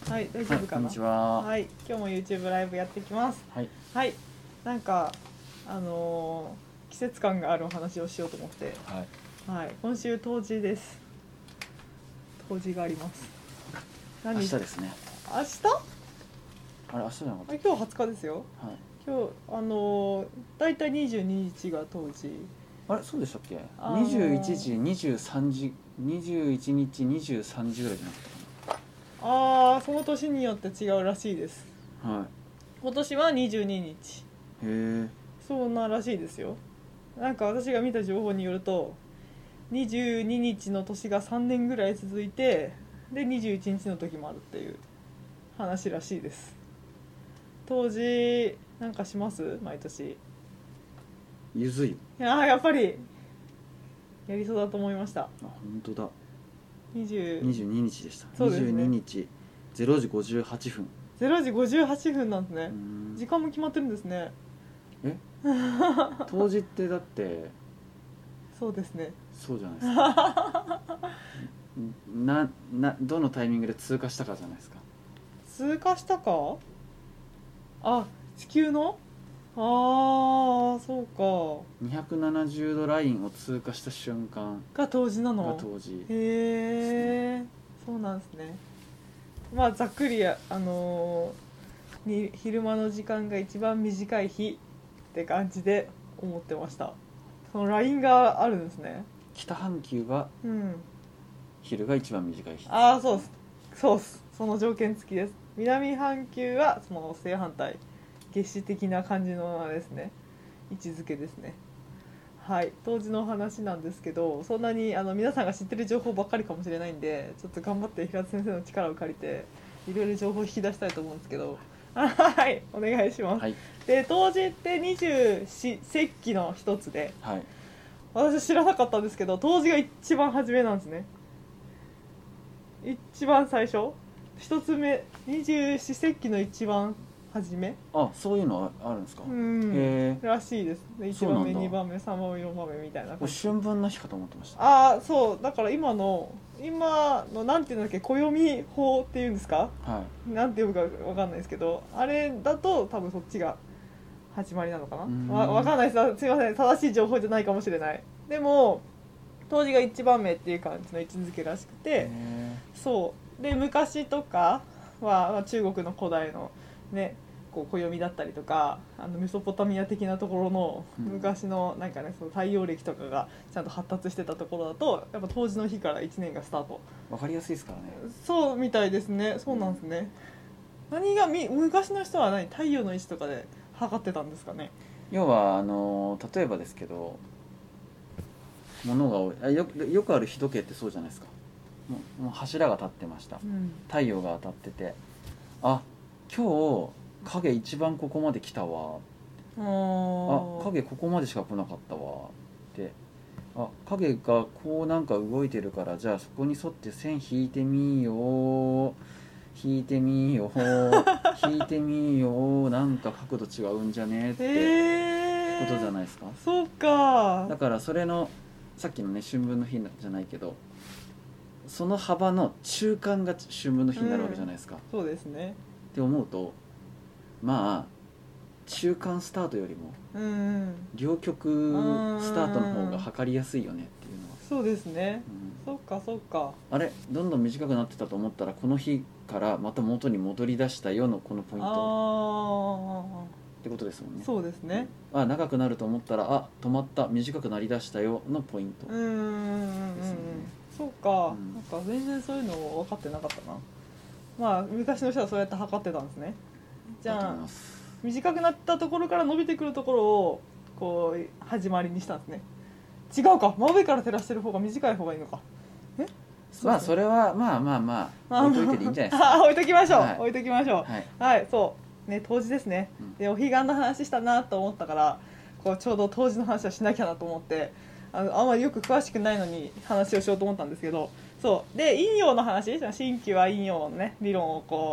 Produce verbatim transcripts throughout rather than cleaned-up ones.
はい、大丈夫かな。 こんにちは。 はい、今日も YouTube ライブやっていきます。 はい。 はい、なんかあのー、季節感があるお話をしようと思って、 はい。 はい、今週冬至です。冬至があります。何明日ですね。 明日？ あれ明日じゃなかった。 あ、今日はつかですよ。 はい。 今日あのー、だいたいにじゅうににちが冬至。 あれそうでしたっけ？ あのー、 にじゅういちじ、にじゅうさんじ、にじゅういちにち、にじゅうさんじぐらいじゃなかったかああ、その年によって違うらしいです。 な。はい。 今年はにじゅうににち。 へえ。 そうならしいですよ。なんか私が見た情報によるとにじゅうににちの年がさんねんぐらい続いて、でにじゅういちにちの時もあるっていう話らしいです。当時なんかします？毎年。 ゆず湯。 いやー、やっぱりやりそうだと思いました。 あ、本当だ。 にじゅうにじゅうににちでした。 そうですね、 にじゅうににちれいじごじゅうはっぷん。 れいじごじゅうはっぷんなんですね。 うん時間も決まってるんですね。 え冬至ってだってそうですね。 そうじゃないですか。ななどのタイミングで通過したかじゃないですか。 通過したか？あ、地球の？ああ、そうか。 にひゃくななじゅうどラインを通過した瞬間が冬至ながの？ 冬至。 へえ、そうなんですね。まあざっくりあのー、に昼間の時間が一番短い日って感じで思ってました。そのラインがあるんですね。 北半球はうん。 昼が一番短い日。 ああ、そうっす。そうっす。その条件付きです。南半球はその正反対。夏至的な感じのあれですね。位置づけですね。はい、当時の話なんですけど、そんなにあの皆さんが知ってる情報ばっかりかもしれないんで、ちょっと頑張って平田先生の力を借りていろいろ情報を引き出したいと思うんですけど、はい、お願いします。 はい。 で、冬至って二十四節気の一つで、 はい。 私知らなかったんですけど、冬至が一番初めなんですね。一番最初、一つ目、二十四節気の一番初め。 あ、そういうのあるんですか。 うん、 へえ。 らしいです。いちばんめ、にばんめ、さんばんめ、よんばんめみたいな感じ。 春分の日かと思ってました。 ああ、そうだから今の今のなんていうんだっけ、暦法っていうんですか、 はなんて呼ぶかわかんないですけど、あれだと多分そっちが始まりなのかうーんな。わわかんないです。すいません、正しい情報じゃないかもしれない。でも当時が一番目っていう感じの位置づけらしくい。 て、 へそうで昔とかはまあ中国の古代のね、こう暦だったりとか、あのメソポタミア的なところのうん昔のなんかね、その太陽暦とかがちゃんと発達してたところだと、やっぱ冬至の日からいちねんがスタート。 え。わかりやすいですからね。 そうみたいですね。そうなんですね。何がみ昔の人は何、太陽の位置とかで測ってたんですかね。 要はあの例えばですけど、物が多いあよくよくある日時計ってそうじゃないですか。もうもう柱が立ってました。 うん太陽が当たってて、あ、今日影一番ここまで来たわ。 ああ、影ここまでしか来なかったわって、あ、影がこうなんか動いてるから、じゃあそこに沿って線引いてみよう、引いてみよう引いてみよう、なんか角度違うんじゃねってへえことじゃないですか。 そうか。 だからそれのさっきのね春分の日じゃないけど、その幅の中間が春分の日になるわけじゃないですか、 そうですね。 って思うと、まあ中間スタートよりもうんうん、 両極スタートの方が測りやすいよねっていうのは、 そうですね。 うん、 そっかそっか。 あれどんどん短くなってたと思ったら、この日からまた元に戻り出したよのこのポイントあってことですもんあ、 ね。 そうですね。 あ、長くなると思ったら、あ、止まった、短くなりだしたよのポイントうんうんうんうんですよね。 そうか、 うんなんか全然そういうの分かってなかったな。まあ昔の人はそうやって測ってたんですね。じだとゃあ思います。 短くなったところから伸びてくるところをこう始まりにしたんですね。違うか、真上から照らしてる方が短い方がいいのか。えまあそれはまあまあまああ置いといてでいいんじゃないですか。 あ置いときましょう、 はい置いときましょう。 はいはい、そうね、冬至ですね。 うんでお彼岸の話したなと思ったから、こうちょうど冬至の話をしなきゃなと思って、あのあんまりよく詳しくないのに話をしようと思ったんですけど、そうで陰陽の話、新旧は陰陽のね理論をこう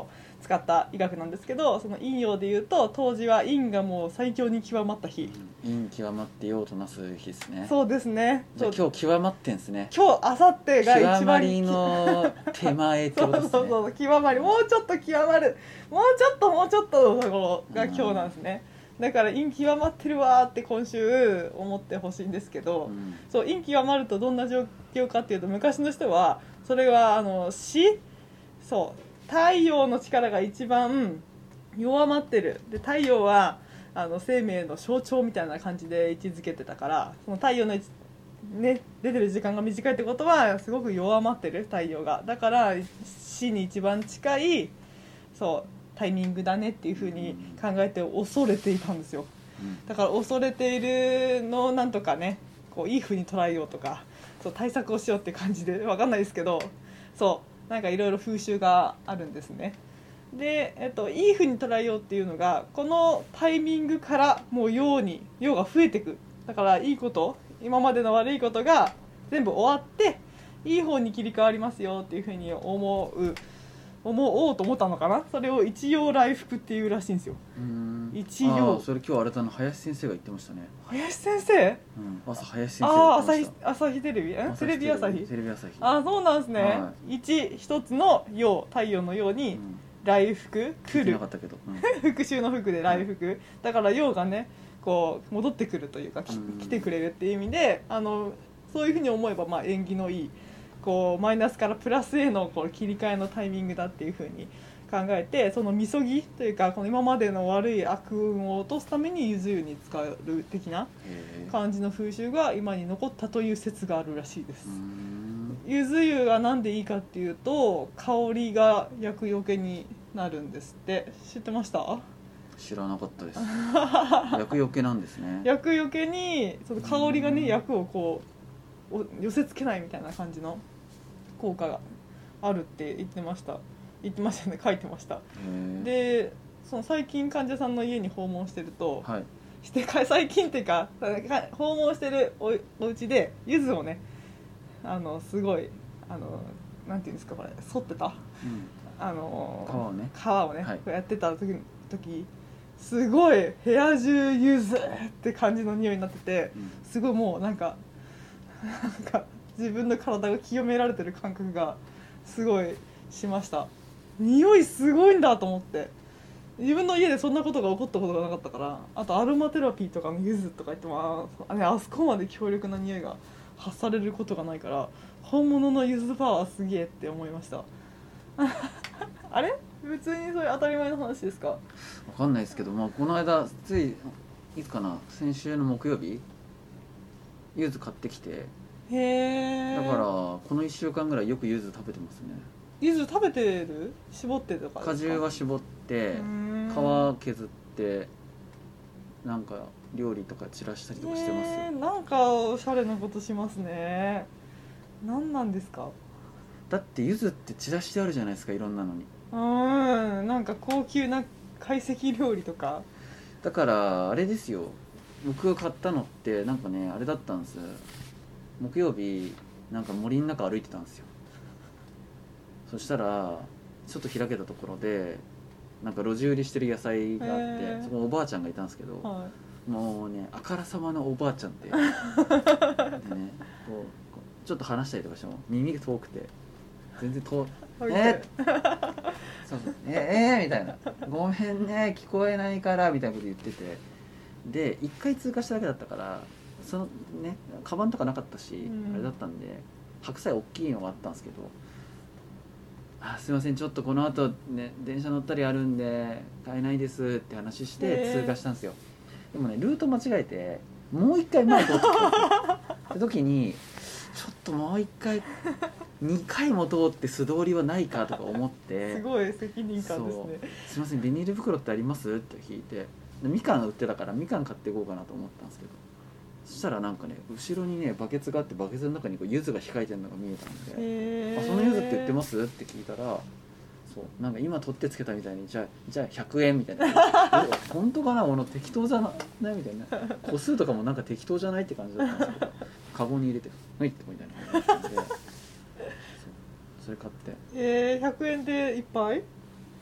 使った医学なんですけど、その陰陽でいうと当時は陰がもう最強に極まった日、 陰極まって陽となす日ですね。 そうですね。 じゃあ今日極まってんですね。 今日明後日が一番極まりの手前ってことですね。 そうそうそう極まり、もうちょっと極まる、もうちょっともうちょっとのところが今日なんですね。だから陰極まってるわーって今週思ってほしいんですけど、うん、そう陰極まるとどんな状況かっていうと、昔の人はそれはあの死、そう太陽の力が一番弱まってる、で太陽はあの生命の象徴みたいな感じで位置づけてたから、その太陽の、ね、出てる時間が短いってことはすごく弱まってる太陽が、だから死に一番近いそうタイミングだねっていう風に考えて恐れていたんですよ。だから恐れているのをなんとかね、こういい風に捉えようとか、そう対策をしようっていう感じで、分かんないですけど、そうなんかいろいろ風習があるんですね。で、えっと、いい風に捉えようっていうのが、このタイミングからもう陽に陽が増えていく。だからいいこと、今までの悪いことが全部終わっていい方に切り替わりますよっていう風に思う思おうと思ったのかな。それを一陽来復っていうらしいんですよ。 うーん、 一陽、 それ今日あれだな、林先生が言ってましたね。 林先生、 うん、朝林先生ああ、 が言ってました。 朝日、朝日テレビ、テレビ朝日、 テレビ朝日。 ああ、そうなんですね、 は一一つの陽、太陽のように、うん来復来る、 なかったけど、うん、 復讐の復で来復、だから陽がねこう戻ってくるというか、き来てくれるっていう意味で、あのそういうふうに思えば、まあ縁起のいいこうマイナスからプラスへのこう切り替えのタイミングだっていうふうに考えて、そのみそぎというか、この今までの悪い悪運を落とすためにゆず湯に使う的な感じの風習が今に残ったという説があるらしいです。ゆず湯がなんでいいかっていうと、香りが厄除けになるんですって。知ってました？ 知らなかったです。厄除けなんですね。 厄除けにその香りがね、厄をこう寄せつけないみたいな感じの効果があるって言ってました言ってましたね、書いてました。で、その最近患者さんの家に訪問してると、はい、して最近っていうか訪問してる お, お家で柚子をね、あのすごいあのなんていうんですか、これ剃ってた、うん、あの皮をね皮をね、はい、こうやってた時時すごい部屋中柚子って感じの匂いになってて、うん、すごいもうなんかなんか自分の体が清められてる感覚がすごいしました。匂いすごいんだと思って、自分の家でそんなことが起こったことがなかったから。あとアロマテラピーとかの柚子とか言っても あ, あそこまで強力な匂いが発されることがないから、本物の柚子パワーすげえって思いましたあれ普通にそれ当たり前の話ですか？ 分かんないですけど、まあ、この間ついいつかな、先週の木曜日柚子買ってきて、 へえ。 だからこのいっしゅうかんぐらいよく柚子食べてますね。 柚子食べてる？絞ってとかですか？ 果汁は絞って皮削ってなんか料理とか散らしたりとかしてますよ。 なんかおしゃれなことしますね。何なんですか？ だって柚子って散らしてあるじゃないですか、いろんなのに。 うーん、なんか高級な懐石料理とか。 だからあれですよ、僕が買ったのってなんかね、あれだったんです。木曜日なんか森の中歩いてたんですよ。そしたらちょっと開けたところでなんか路地売りしてる野菜があって、そこおばあちゃんがいたんですけど、はい、もうね、あからさまのおばあちゃんってで、ね、こうちょっと話したりとかしても耳が遠くて全然遠えそうそうええー、みたいな、ごめんね聞こえないからみたいなこと言ってて、で一回通過しただけだったからそのね、カバンとかなかったし、うん、あれだったんで白菜大きいのがあったんですけど、あすいませんちょっとこの後ね電車乗ったりあるんで買えないですって話して通過したんですよ。でもねルート間違えてもう一回前通ってきたって時にちょっともう一回にかいも通って素通りはないかとか思ってすごい責任感ですね。 すいませんビニール袋ってありますって聞いて、みかん売ってたからみかん買っていこうかなと思ったんですけど、そしたらなんかね後ろにねバケツがあって、バケツの中にこう柚子が控えてるのが見えたんで、あその柚子って売ってますって聞いたら、そうなんか今取ってつけたみたいにじゃあじゃあひゃくえんみたいな本当かな、この適当じゃないみたいな、個数とかもなんか適当じゃないって感じだったんですけどカゴに入れてはいってみたいな感じでそれ買って、 えー、ひゃくえんでいっぱい？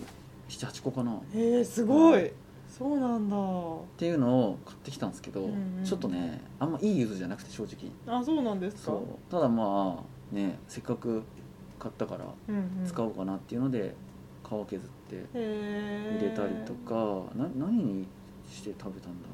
ななはちこかなっへえすごい、そうなんだ。 ていうのを買ってきたんですけど、 うんうん、 ちょっとねあんまいい柚子じゃなくて正直。 あ、そうなんですか。 そうただまあねせっかく買ったから使うおうかなっていうので皮削って入入れたりとか、な何にして食べたんだろ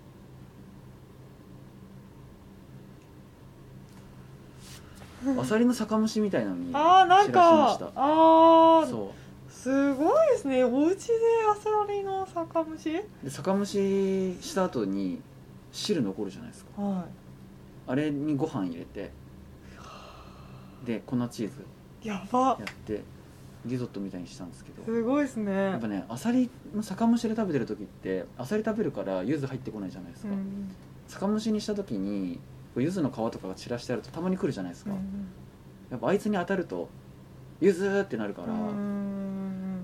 うなアサリの酒蒸しみたいなのにあーなん散らしましたかああそすごいですね。お家でアサリの酒蒸し、 うで酒蒸しした後に汁残るじゃないですか。 はあれにご飯入れてで粉チーズい、やばやってリゾットみたいにしたんですけど、 すごいですね。 やっぱねアサリの酒蒸しで食べてる時ってアサリ食べるから柚子入ってこないじゃないですか、 うん酒蒸しにした時に柚子の皮とかが散らしてあるとたまに来るじゃないですか、 うんやっぱあいつに当たると柚子ってなるから、 うんうんうん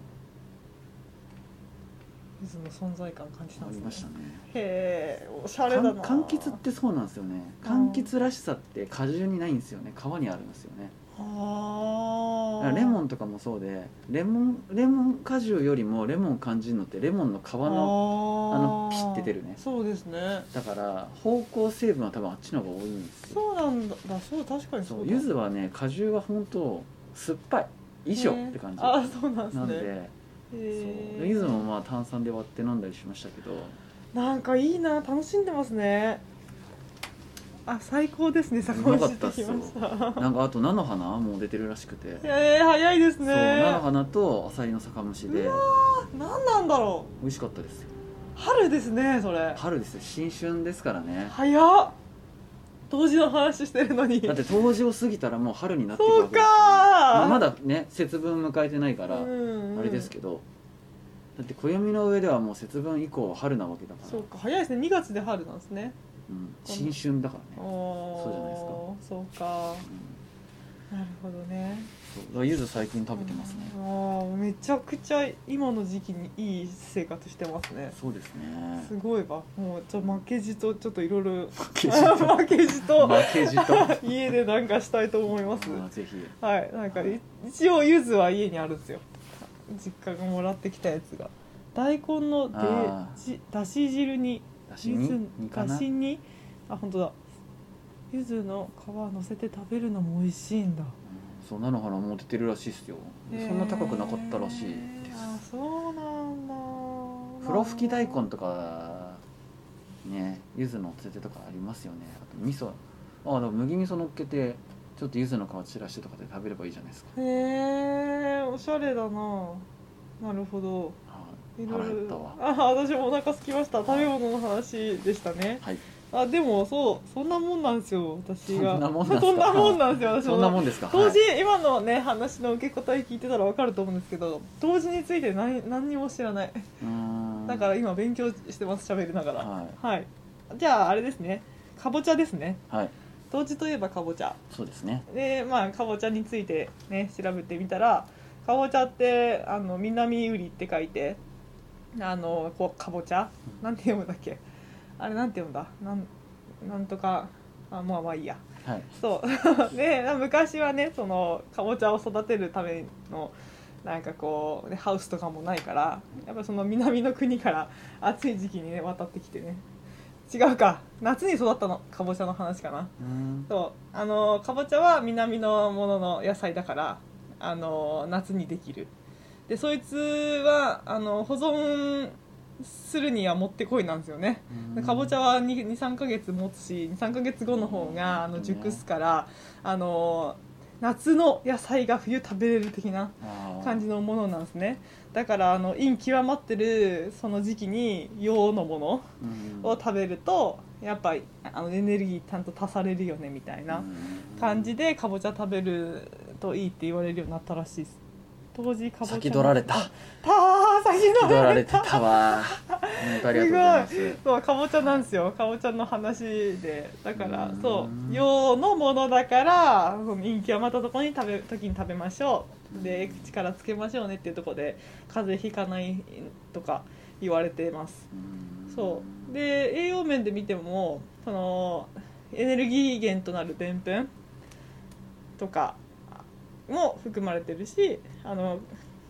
柚子の存在感感じたんですね。 ありましたね。 へえおしゃれだな。 かん柑橘ってそうなんですよね。柑橘らしさって果汁にないんですよね、皮にあるんですよね。 ああレモンとかもそうでレモンレモン果汁よりもレモン感じるのってレモンの皮のあのピッて出るね。 そうですね。 だから芳香成分は多分あっちの方が多いんですよ。 そうなんだ。そう確かにそそううだ。 柚子はね果汁は本当酸っぱい以上って感じああそうなんですね。 なんで、 へそうえ柚子もまあ炭酸で割って飲んだりしましたけど、 なんかいいな、楽しんでますね。あ、最高ですね。酒うま蒸しかったっすよできました。 なんかあと菜の花も出てるらしくて、 えー、早いですそうね。 菜の花とアサリの酒蒸しで何なんだろ美味しかったですよ。 う。春ですね、それ。 春ですよ、新春ですからね。 早っ。当時の話してるのに。 だって冬至を過ぎたらもう春になっていくそうわけですよ。まあ、 かまだね節分迎えてないからうんうん、 あれですけど、だって暦の上ではもう節分以降は春なわけだから、 そうか、早いですね。にがつで春なんですね。 うん、新春だからね、 おそうじゃないですか。 そうか。 うん、 なるほどね。 そうだから柚子最近食べてますね。 ああ、めちゃくちゃ今の時期にいい生活してますね。 そうですね。 すごいわ。もうちょ負けじとちょっといろいろ負けじと負けじと負けじと家でなんかしたいと思います。 あぜひ。 はい、なんかい一応柚子は家にあるんですよ。実家がもらってきたやつが。大根のであじだし汁にだし柚子ににかだな。 しにあ本当だ。柚子の皮乗せて食べるのも美味しいんだ。 そう菜の花も出てるらしいですよ。そんな高くなかったらしいです。 あそうなんだ。 ふろふき大根とかね柚子のせてとかありますよね。あと味噌あだから麦味噌乗っけてちょっと柚子の皮散らしてとかで食べればいいじゃないですか。 へえおしゃれだな。なるほど。 はいいろいろ腹減ったわ。 あ私もお腹空きました。食べ物の話でしたね。 はい。 あでもそうそんなもんなんですよ私が。 そんなもんなんですかそんなもんなんですよ私も。 そんなもんですか。 当時、 はい、 今のね話の受け答え聞いてたら分かると思うんですけど、当時について何何にも知らない。 うーんだから今勉強してます喋りながら。 はいはい。じゃああれですね。かぼちゃですね。 はい当時といえばかぼちゃ。 そうですね。 でまあかぼちゃについてね調べてみたら、かぼちゃってあの南売りって書いて、あのこうかぼちゃなんて読むんだっけ。あれなんて読むんだ。なんなんとかあまあまあいいや。 はいそうで昔はねそのかぼちゃを育てるためのなんかこう、ね、ハウスとかもないからやっぱその南の国から暑い時期にね渡ってきてね、違うか夏に育ったのかぼちゃの話かな。 うーんそうあのかぼちゃは南のものの野菜だからあの夏にできる。でそいつはあの保存するにはもってこいなんですよね。かぼちゃはにさんかげつ持つしにさんかげつごの方があの熟すからあの夏の野菜が冬食べれる的な感じのものなんですね。だからあの陰極まってるその時期に陽のものを食べるとやっぱりあのエネルギーちゃんと足されるよねみたいな感じでかぼちゃ食べるといいって言われるようになったらしいです。当時かぼちゃ先取られたたー先取られたたわ本当ありがとうございます。 そうかぼちゃなんですよ。かぼちゃの話でだからうんそう陽のものだからその陰気はまたとこに食べ時に食べましょうで力つけましょうねっていうところで風邪ひかないとか言われてます。そうで栄養面で見てもそのエネルギー源となるでんぷんとかも含まれてるしあの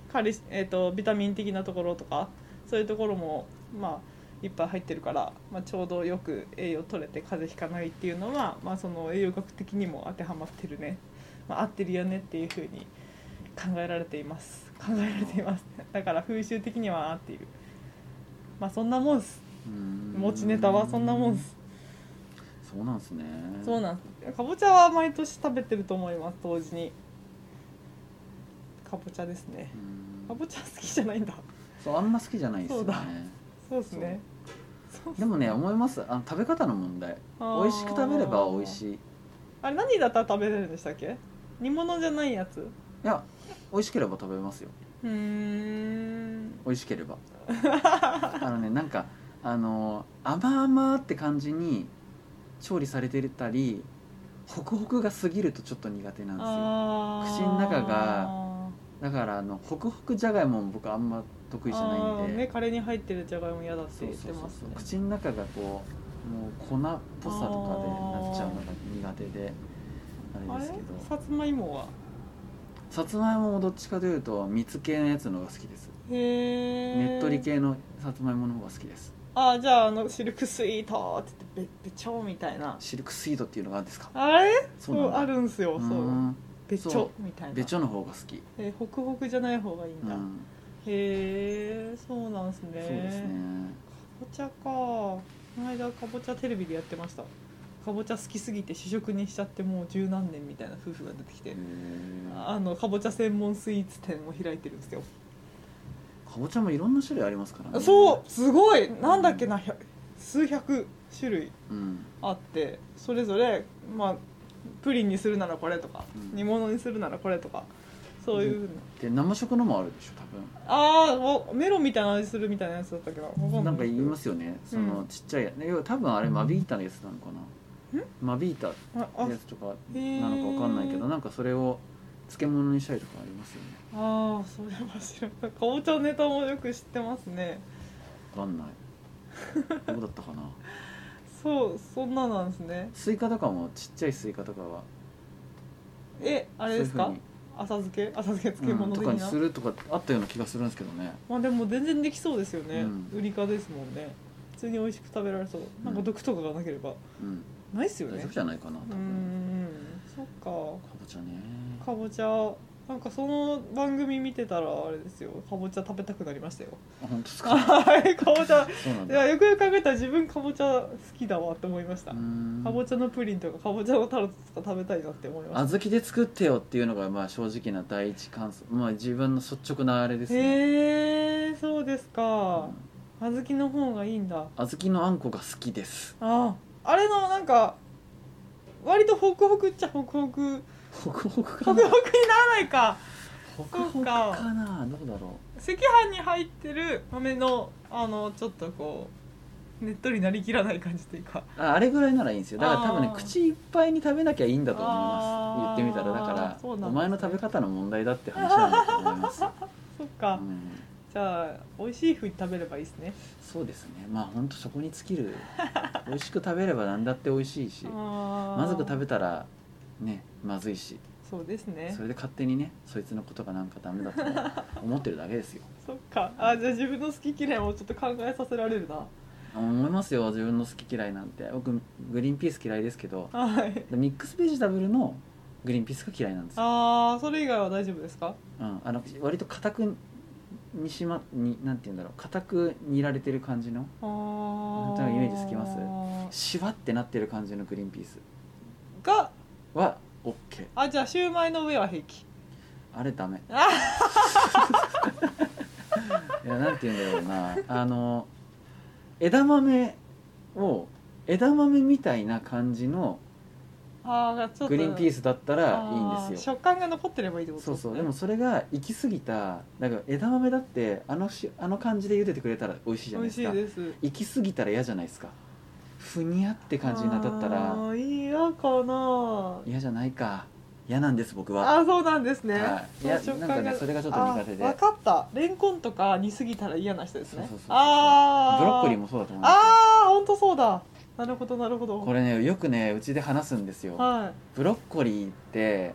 カリ、えー、とビタミン的なところとかそういうところもまあいっぱい入ってるから、まあ、ちょうどよく栄養取れて風邪ひかないっていうのは、まあ、その栄養学的にも当てはまってるね、まあ、合ってるよねっていうふうに考えられています考えられていますだから風習的には合っている。まあそんなもんす。持ちネタはそんなもんす。 そうなんですね。 そうなんす。かぼちゃは毎年食べてると思います。同時にかぼちゃですね。かぼちゃ好きじゃないんだ。 そうあんま好きじゃないですよね。 そうですね。 でもね思いますあの食べ方の問題。美味しく食べれば美味しい。 あれ何だったら食べれるんでしたっけ？煮物じゃないやつ？ いや美味しければ食べますよ。 うーん美味しければあのねなんかあの甘々って感じに調理されてたりホクホクが過ぎるとちょっと苦手なんですよ。口の中がだからあのホクホクじゃがいもも僕あんま得意じゃないんで、 ね、カレーに入ってるじゃがいも嫌だって言ってますね。 口の中がこうもう粉っぽさとかでなっちゃうのが苦手であれですけど。 さつまいもはさつまいももどっちかというと蜜系のやつの方が好きです。 へねっとり系のさつまいもの方が好きです。 ああじゃああのシルクスイートって言ってべべちょみたいなシルクスイートっていうのがあるんですか？ あれそうそうあるんすよ。そうべちょみたいなべちょの方が好き。 えホクホクじゃない方がいいんだ、うん、へえそうなんすね。 そうですね。かぼちゃかこの間かぼちゃテレビでやってました。かぼちゃ好きすぎて主食にしちゃってもう十何年みたいな夫婦が出てきてあのかぼちゃ専門スイーツ店を開いてるんですよ。 かぼちゃもいろんな種類ありますからね。 そうすごいなんだっけな、うん、数百種類あって、うん、それぞれ、まあ、プリンにするならこれとか、うん、煮物にするならこれとかそういうので生食のもあるでしょ多分。 ああメロンみたいな味するみたいなやつだったけどなんか言いますよねそのちっちゃいや、うん、多分あれマビータのやつなのかな、うん、マビータのやつとかなのか分かんないけどなんかそれを漬物にしたりとかありますよね。 ああそれは知らない。かぼちゃネタもよく知ってますね。 分かんないどうだったかなそうそんななんですね。 スイカとかもちっちゃいスイカとかはえあれですか浅漬け浅漬け漬物的な、 うん、とかにするとかあったような気がするんですけどね。 まあでも全然できそうですよね、うん、売りかですもんね。普通に美味しく食べられそう、うん、なんか毒とかがなければ、うん、ないっすよね。 大丈夫じゃないかな多分。 うんそっかかぼちゃねかぼちゃなんかその番組見てたらあれですよかぼちゃ食べたくなりましたよ。 あ本当ですかはいかぼちゃいやよくよく考えたら自分かぼちゃ好きだわって思いました。かぼちゃのプリンとかかぼちゃのタルトとか食べたいなって思いました。 小豆で作ってよっていうのがまあ正直な第一感想、まあ、自分の率直なあれですね。 へえそうですか、うん、小豆の方がいいんだ。 小豆のあんこが好きです。 ああれのなんか割とホクホクっちゃホクホクホクホクホクホクにならないか。 ホクホクかなどうだろう。 赤飯に入ってる豆のあのちょっとこうねっとりなりきらない感じというかあ, あれぐらいならいいんですよ。だから多分ね口いっぱいに食べなきゃいいんだと思います。言ってみたらだから、ね、お前の食べ方の問題だって話なんだと思います。そっか、うん、じゃあ美味しい風に食べればいいですね。 そうですね。まあ本当そこに尽きる美味しく食べれば何だって美味しいしまずく食べたらねまずいし。そうですね。それで勝手にねそいつのことがなんかダメだと思ってるだけですよ。 そっかあじゃあ自分の好き嫌いもちょっと考えさせられるな。 思いますよ自分の好き嫌いなんて。僕グリーンピース嫌いですけど、 はい、 ミックスベジタブルのグリーンピースが嫌いなんですよ。 ああそれ以外は大丈夫ですか？ うん、あの割と硬くにしまになんて言うんだろう硬く煮られてる感じのなんとなくイメージつきます？シワってなってる感じのグリーンピースがはオッケー。 あじゃあシューマイの上は平気。 あれダメ。いやなんて言うんだろうなあの枝豆を枝豆みたいな感じのあちょっとグリーンピースだったらいいんですよ。 食感が残ってればいいってことですね。 そうそうでもそれが行き過ぎただから枝豆だってあのしあの感じで茹でてくれたら美味しいじゃないですか。 美味しいです。 行き過ぎたら嫌じゃないですか。ふにゃって感じになったらあ嫌かな。 嫌じゃないか。嫌なんです僕は。 あそうなんですね、 はい、いやなんかねそれがちょっと苦手で。 分かったレンコンとか煮すぎたら嫌な人ですね。 そうそうそうそうあブロッコリーもそうだと思います。 ああ本当そうだ。なるほどなるほど。 これねよくねうちで話すんですよ、 はい、 ブロッコリーって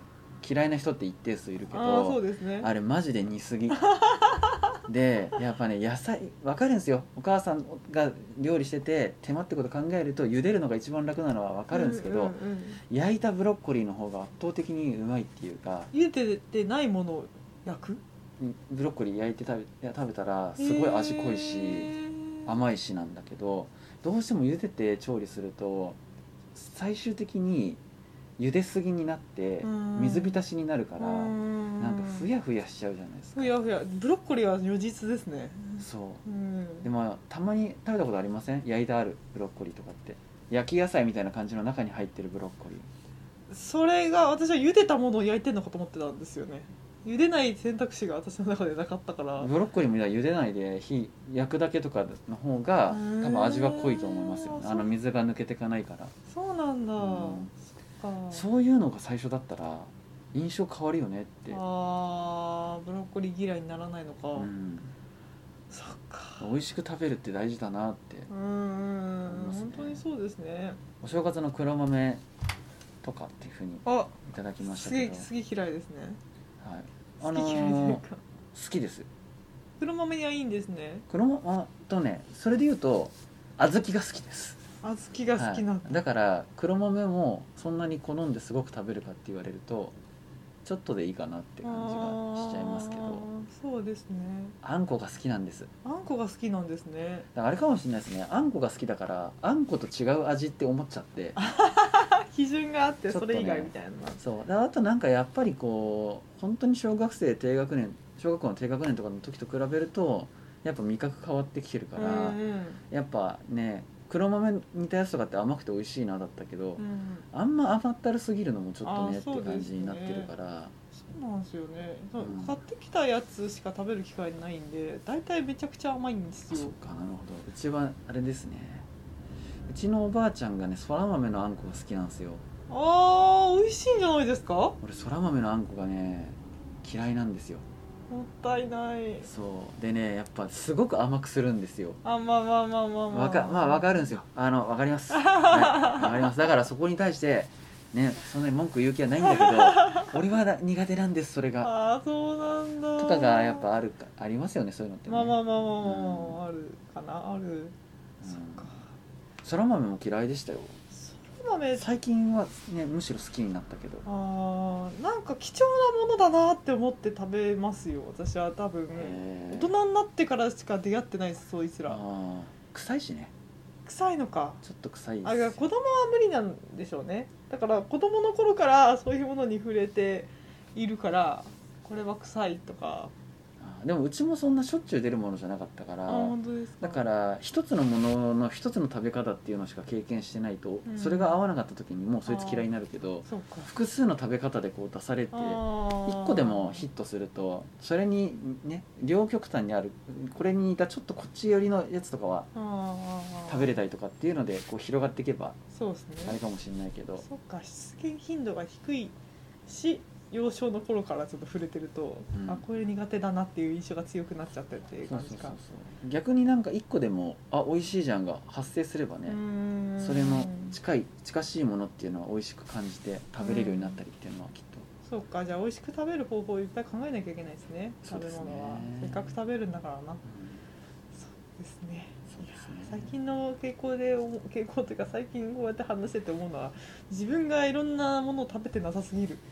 嫌いな人って一定数いるけああそうどですね。 あれマジで煮すぎでやっぱね野菜分かるんですよ。お母さんが料理してて手間ってこと考えると茹でるのが一番楽なのは分かるんですけど、 うんうんうん、 焼いたブロッコリーの方が圧倒的にうまいっていうか、 茹でてないものを焼く。 ブロッコリー焼いて食べいや食べたらすごい味濃いし甘いしなんだけど、どうしても茹でて調理すると最終的に茹ですぎになって水浸しになるからなんかふやふやしちゃうじゃないですか。 ふやふや。ブロッコリーは如実ですね。 そう、 うん、 でもたまに食べたことありません？焼いてあるブロッコリーとかって焼き野菜みたいな感じの中に入ってるブロッコリー。 それが私は茹でたものを焼いてるのかと思ってたんですよね。茹でない選択肢が私の中でなかったから。 ブロッコリーも茹でないで火焼くだけとかの方が多分味は濃いと思いますよね。あの水が抜けていかないから。 そうなんだ、うん、そっか。 そういうのが最初だったら印象変わるよねって。 あーブロッコリー嫌いにならないのか、うん、そっか。 美味しく食べるって大事だなって思いますね。本当にそうですね。 お正月の黒豆とかっていうふうにいただきましたけど、 好き嫌いですね。 はい、あのー、好きです。 黒豆にはいいんですね。 黒豆あとねそれで言うと小豆が好きです。 小豆が好きなんだ、 はい、だから黒豆もそんなに好んですごく食べるかって言われるとちょっとでいいかなって感じがしちゃいますけど。 そうですね。 あんこが好きなんです。 あんこが好きなんですね。 だからあれかもしれないですね。あんこが好きだからあんこと違う味って思っちゃって基準があってそれ以外みたいな、ね、 そうあとなんかやっぱりこう本当に小学生低学年小学校の低学年とかの時と比べるとやっぱ味覚変わってきてるから、うんうん、やっぱね黒豆煮たやつとかって甘くて美味しいなだったけど、うん、あんま甘ったるすぎるのもちょっとねって感じになってるから。 そうなんですよね、うん、買ってきたやつしか食べる機会ないんで大体めちゃくちゃ甘いんですよ。 そっかなるほど。うちはあれですね、うちのおばあちゃんがねそら豆のあんこが好きなんですよ。 あー美味しいんじゃないですか。 俺そら豆のあんこがね嫌いなんですよ。 もったいない。 そうでねやっぱすごく甘くするんですよ。 あまあまあまあまあまあわかまあわかるんですよ。あのわかります、はい、わかります。だからそこに対してねそんなに文句言う気はないんだけど俺は苦手なんですそれが。 あそうなんだとかがやっぱあるかありますよねそういうのってね。 まあまあまあまあまあ、まあ、あるかなある、うん、そっか。 そら豆も嫌いでしたよ。 豆最近はねむしろ好きになったけど。 あなんか貴重なものだなって思って食べますよ私は。多分大人になってからしか出会ってないですそいつら。あ臭いしね。 臭いのか。 ちょっと臭いです。 あ子供は無理なんでしょうね。だから子供の頃からそういうものに触れているからこれは臭いとか。 でもうちもそんなしょっちゅう出るものじゃなかったから。 本当ですか。 だから一つのものの一つの食べ方っていうのしか経験してないと、うん、それが合わなかった時にもうそいつ嫌いになるけど複数の食べ方でこう出されていっこでもヒットするとそれにね両極端にあるこれに似たちょっとこっち寄りのやつとかは食べれたりとかっていうのでこう広がっていけばあれかもしれないけど。 そうか出現頻度が低いし幼少の頃からちょっと触れてると、うん、あこれ苦手だなっていう印象が強くなっちゃってっていう感じか。そうそうそうそう逆になんかいっこでもあ美味しいじゃんが発生すればねそれの近い近しいものっていうのは美味しく感じて食べれるようになったりっていうのはきっと。 そうかじゃあ美味しく食べる方法をいっぱい考えなきゃいけないですね。食べ物はせっかく食べるんだからな、うん、そうですね。最近の傾向で傾向というか最近こうやって話してて思うのは自分がいろんなものを食べてなさすぎる。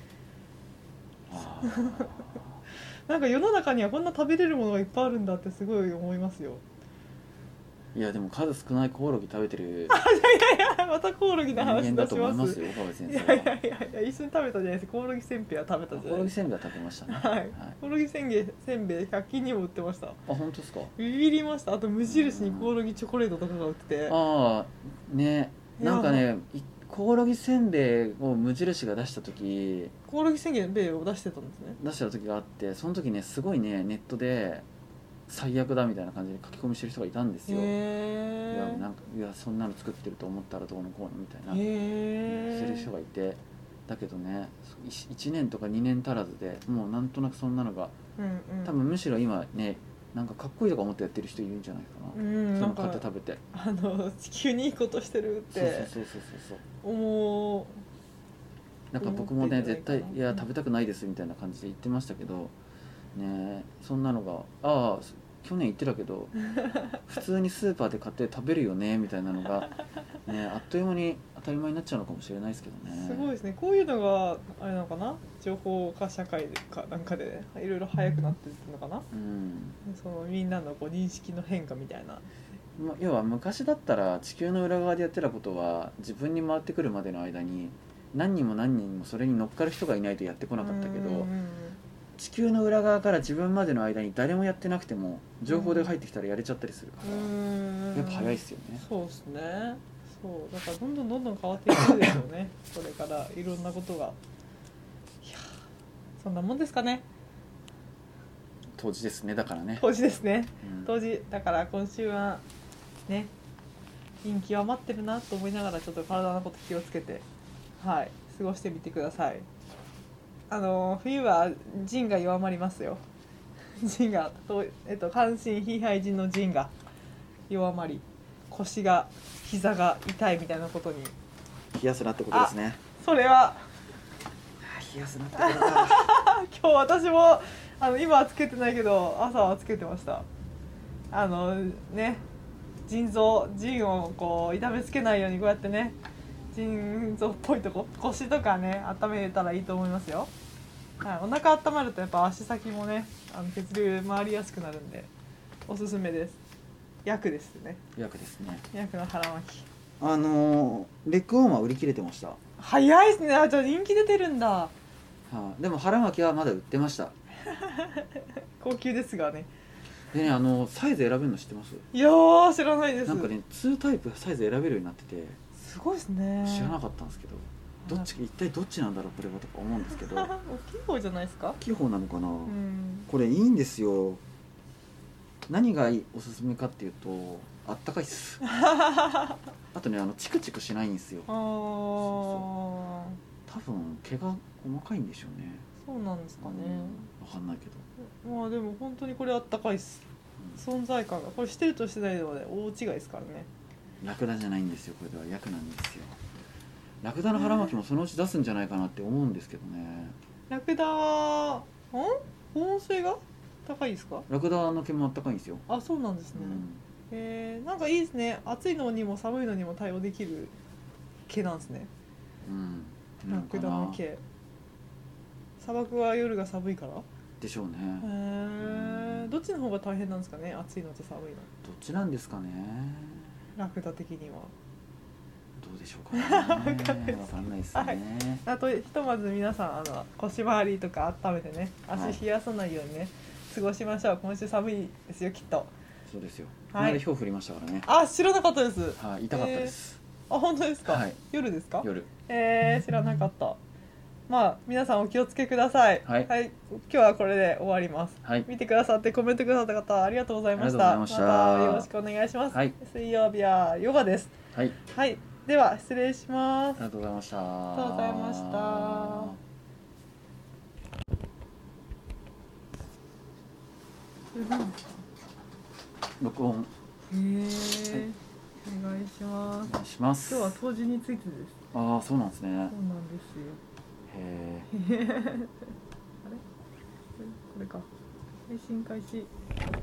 なんか世の中にはこんな食べれるものがいっぱいあるんだってすごい思いますよ。 いやでも数少ないコオロギ食べてるいやいやまたコオロギの話人間だと思いますよ岡部先生は。 いやいやいやいや一緒に食べたじゃないですか。コオロギせんべいは食べたじゃないですか。 コオロギせんべいは食べましたね、 はいはい、コオロギせんべいせんべいひゃく均にも売ってました。あ本当ですか。 ビビりました。あと無印にコオロギチョコレートとかが売ってて、 ああねなんかねコオロギせんべいを無印が出した時コオロギせんべいを出してたんですね。 出した時があってその時ねすごいねネットで最悪だみたいな感じで書き込みしてる人がいたんですよ。へいやなんかいやそんなの作ってると思ったらどうのこうのみたいなしてる人がいてだけどねいちねんとかにねん足らずでもうなんとなくそんなのが、うんうん、多分むしろ今ねなんかかっこいいとか思ってやってる人いるんじゃないかな。うんその買って食べてあの地球にいいことしてるって思うなんか僕もね絶対いや食べたくないですみたいな感じで言ってましたけどね、そんなのがああ去年言ってたけど普通にスーパーで買って食べるよねみたいなのが、ね、あっという間に当たり前になっちゃうのかもしれないですけどね。 すごいですね。こういうのがあれなのかな、情報化社会かなんかでいろいろ早くなってるのかな、 うん、 そのみんなのこう認識の変化みたいな。 ま、要は昔だったら地球の裏側でやってたことは自分に回ってくるまでの間に何人も何人もそれに乗っかる人がいないとやってこなかったけど、 うんうん地球の裏側から自分までの間に誰もやってなくても情報で入ってきたらやれちゃったりするから、 うんやっぱ早いっすよね。 そうですね。そうだからどんどんどんどん変わっていくでしょうねこれからいろんなことが。いやそんなもんですかね。 当時ですね。だからね、 当時ですね、 うん、 当時だから今週はね陰気は待ってるなと思いながらちょっと体のこと気をつけてはい過ごしてみてください。あの冬は腎が弱まりますよ。腎が、えっと、半身非肺腎の腎が弱まり腰が膝が痛いみたいなことに。 冷やすなってことですね。 それは冷やすなってことだ今日私もあの今はつけてないけど朝はつけてました。あのね腎臓腎をこう痛めつけないようにこうやってね腎臓っぽいとこ腰とかね温めたらいいと思いますよ。はい、お腹温まるとやっぱ足先もねあの血流回りやすくなるんでおすすめです。薬ですね。 薬ですね。 薬の腹巻き。 あのー、レッグウォーマー売り切れてました。 早いですね。あ、じゃあ人気出てるんだ。はあ、でも腹巻きはまだ売ってました。 高級ですがね。 でね、あのサイズ選べるの知ってます？ いやー知らないです。 なんかねにタイプサイズ選べるようになっててすごいですね。 知らなかったんですけど、どっち一体どっちなんだろうこれはとか思うんですけど大大きい方じゃないですか。 きい方なのかな、 うん、 これいいんですよ。何がいいおすすめかっていうとあったかいっすあとねあのチクチクしないんですよ。 ああ多分毛が細かいんでしょうね。 そうなんですかね、 うん、分かんないけどまあでも本当にこれあったかいっす、うん、存在感がこれしてるとしてないので大違いですからね。 ラクダじゃないんですよ。これでは薬なんですよ。ラクダの腹巻きもそのうち出すんじゃないかなって思うんですけどね。 ラクダはん保温性が高いですか。 ラクダの毛もあったかいんですよ。 あ、そうなんですね、うん、えー、なんかいいですね。暑いのにも寒いのにも対応できる毛なんですね、 うん、 ラクダの毛。砂漠は夜が寒いからでしょうね。 へー、どっちの方が大変なんですかね、暑いのと寒いの。 どっちなんですかね。 ラクダ的にはどうでしょうかね。わかんないですね、はい、 あとひとまず皆さんあの腰回りとか温めてね足冷やさないようにね、はい、過ごしましょう。今週寒いですよきっと。 そうですよ。 はい、 この間氷降りましたからね。 あ、知らなかったです。 はい、痛かったです、 えー、あ、本当ですか、 はい、 夜ですか。 夜。 えー、知らなかった。まあ皆さんお気をつけください。 はい、 はい、今日はこれで終わります。 はい、 見てくださってコメントくださった方ありがとうございました。またよろしくお願いします。はい、水曜日はヨガです。 はい、 はい、では失礼します。 ありがとうございました。 ありがとうございました。 録音。 へえ、はい、お願いします。 お願いします。 今日は冬至についてです。 ああ、そうなんですね。そうなんですよ。 へえ。あれ？これか。配信開始。